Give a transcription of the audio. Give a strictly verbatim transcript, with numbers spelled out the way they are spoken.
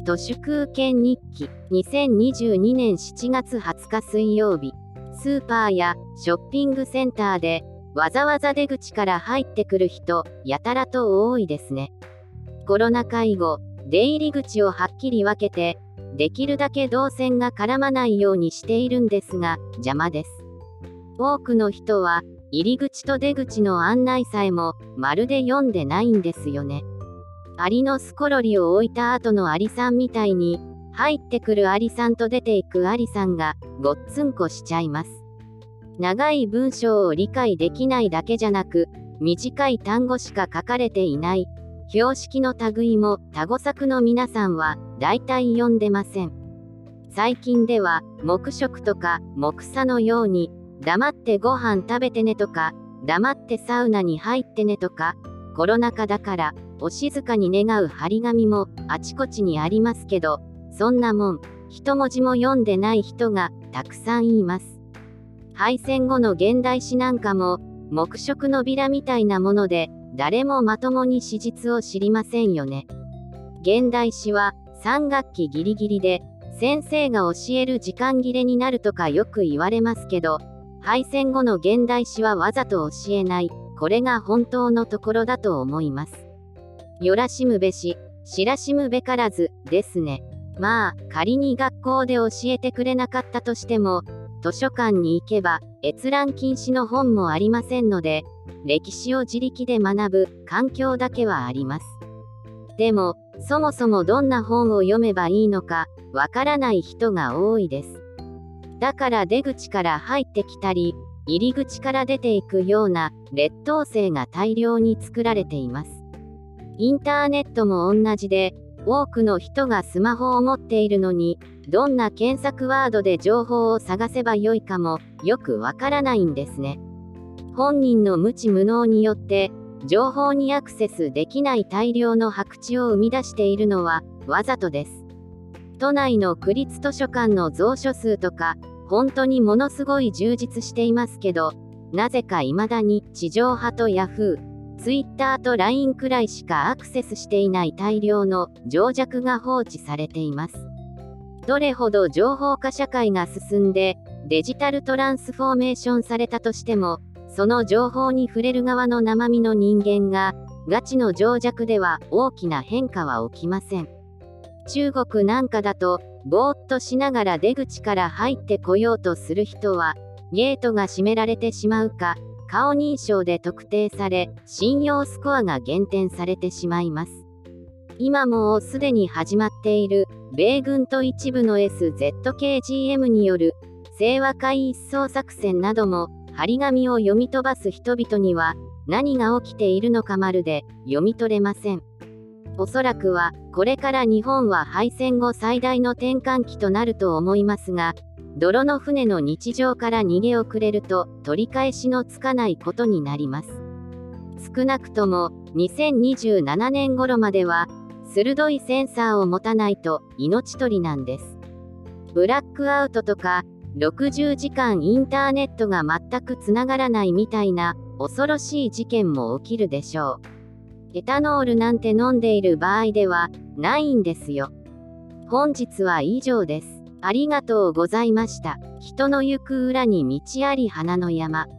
都市空権日記にせんにじゅうにねんしちがつはつか水曜日、スーパーやショッピングセンターでわざわざ出口から入ってくる人、やたらと多いですね。コロナ禍以後、出入り口をはっきり分けて、できるだけ動線が絡まないようにしているんですが、邪魔です。多くの人は、入り口と出口の案内さえも、まるで読んでないんですよね。アリのスコロリを置いた後のアリさんみたいに、入ってくるアリさんと出ていくアリさんが、ごっつんこしちゃいます。長い文章を理解できないだけじゃなく、短い単語しか書かれていない、標識の類も多語作の皆さんは、大体読んでません。最近では、黙食とか、黙さのように、黙ってご飯食べてねとか、黙ってサウナに入ってねとか、コロナ禍だから、お静かに願う張り紙もあちこちにありますけど、そんなもん、一文字も読んでない人がたくさんいます。敗戦後の現代史なんかも、黙食のビラみたいなもので、誰もまともに史実を知りませんよね。現代史はさんがっきギリギリで、先生が教える時間切れになるとかよく言われますけど、敗戦後の現代史はわざと教えない、これが本当のところだと思います。よらしむべし、知らしむべからず、ですね。まあ、仮に学校で教えてくれなかったとしても、図書館に行けば、閲覧禁止の本もありませんので、歴史を自力で学ぶ環境だけはあります。でも、そもそもどんな本を読めばいいのか、わからない人が多いです。だから出口から入ってきたり、入り口から出ていくような劣等生が大量に作られています。インターネットも同じで、多くの人がスマホを持っているのに、どんな検索ワードで情報を探せばよいかもよくわからないんですね。本人の無知無能によって、情報にアクセスできない大量の白紙を生み出しているのはわざとです。都内の区立図書館の蔵書数とか、本当にものすごい充実していますけど、なぜか未だに地上波とヤフー、ツイッターと ライン くらいしかアクセスしていない大量の情弱が放置されています。どれほど情報化社会が進んで、デジタルトランスフォーメーションされたとしても、その情報に触れる側の生身の人間が、ガチの情弱では大きな変化は起きません。中国なんかだと、ぼーっとしながら出口から入ってこようとする人は、ゲートが閉められてしまうか、顔認証で特定され、信用スコアが減点されてしまいます。今もうすでに始まっている、米軍と一部の エスゼットケージーエム による、清和会一掃作戦なども、張り紙を読み飛ばす人々には、何が起きているのかまるで、読み取れません。おそらくは、これから日本は敗戦後最大の転換期となると思いますが、泥の船の日常から逃げ遅れると、取り返しのつかないことになります。少なくとも、にせんにじゅうななねん頃までは、鋭いセンサーを持たないと、命取りなんです。ブラックアウトとか、ろくじゅうじかんインターネットが全くつながらないみたいな、恐ろしい事件も起きるでしょう。エタノールなんて飲んでいる場合では、ないんですよ。本日は以上です。ありがとうございました。人の行く裏に道あり花の山。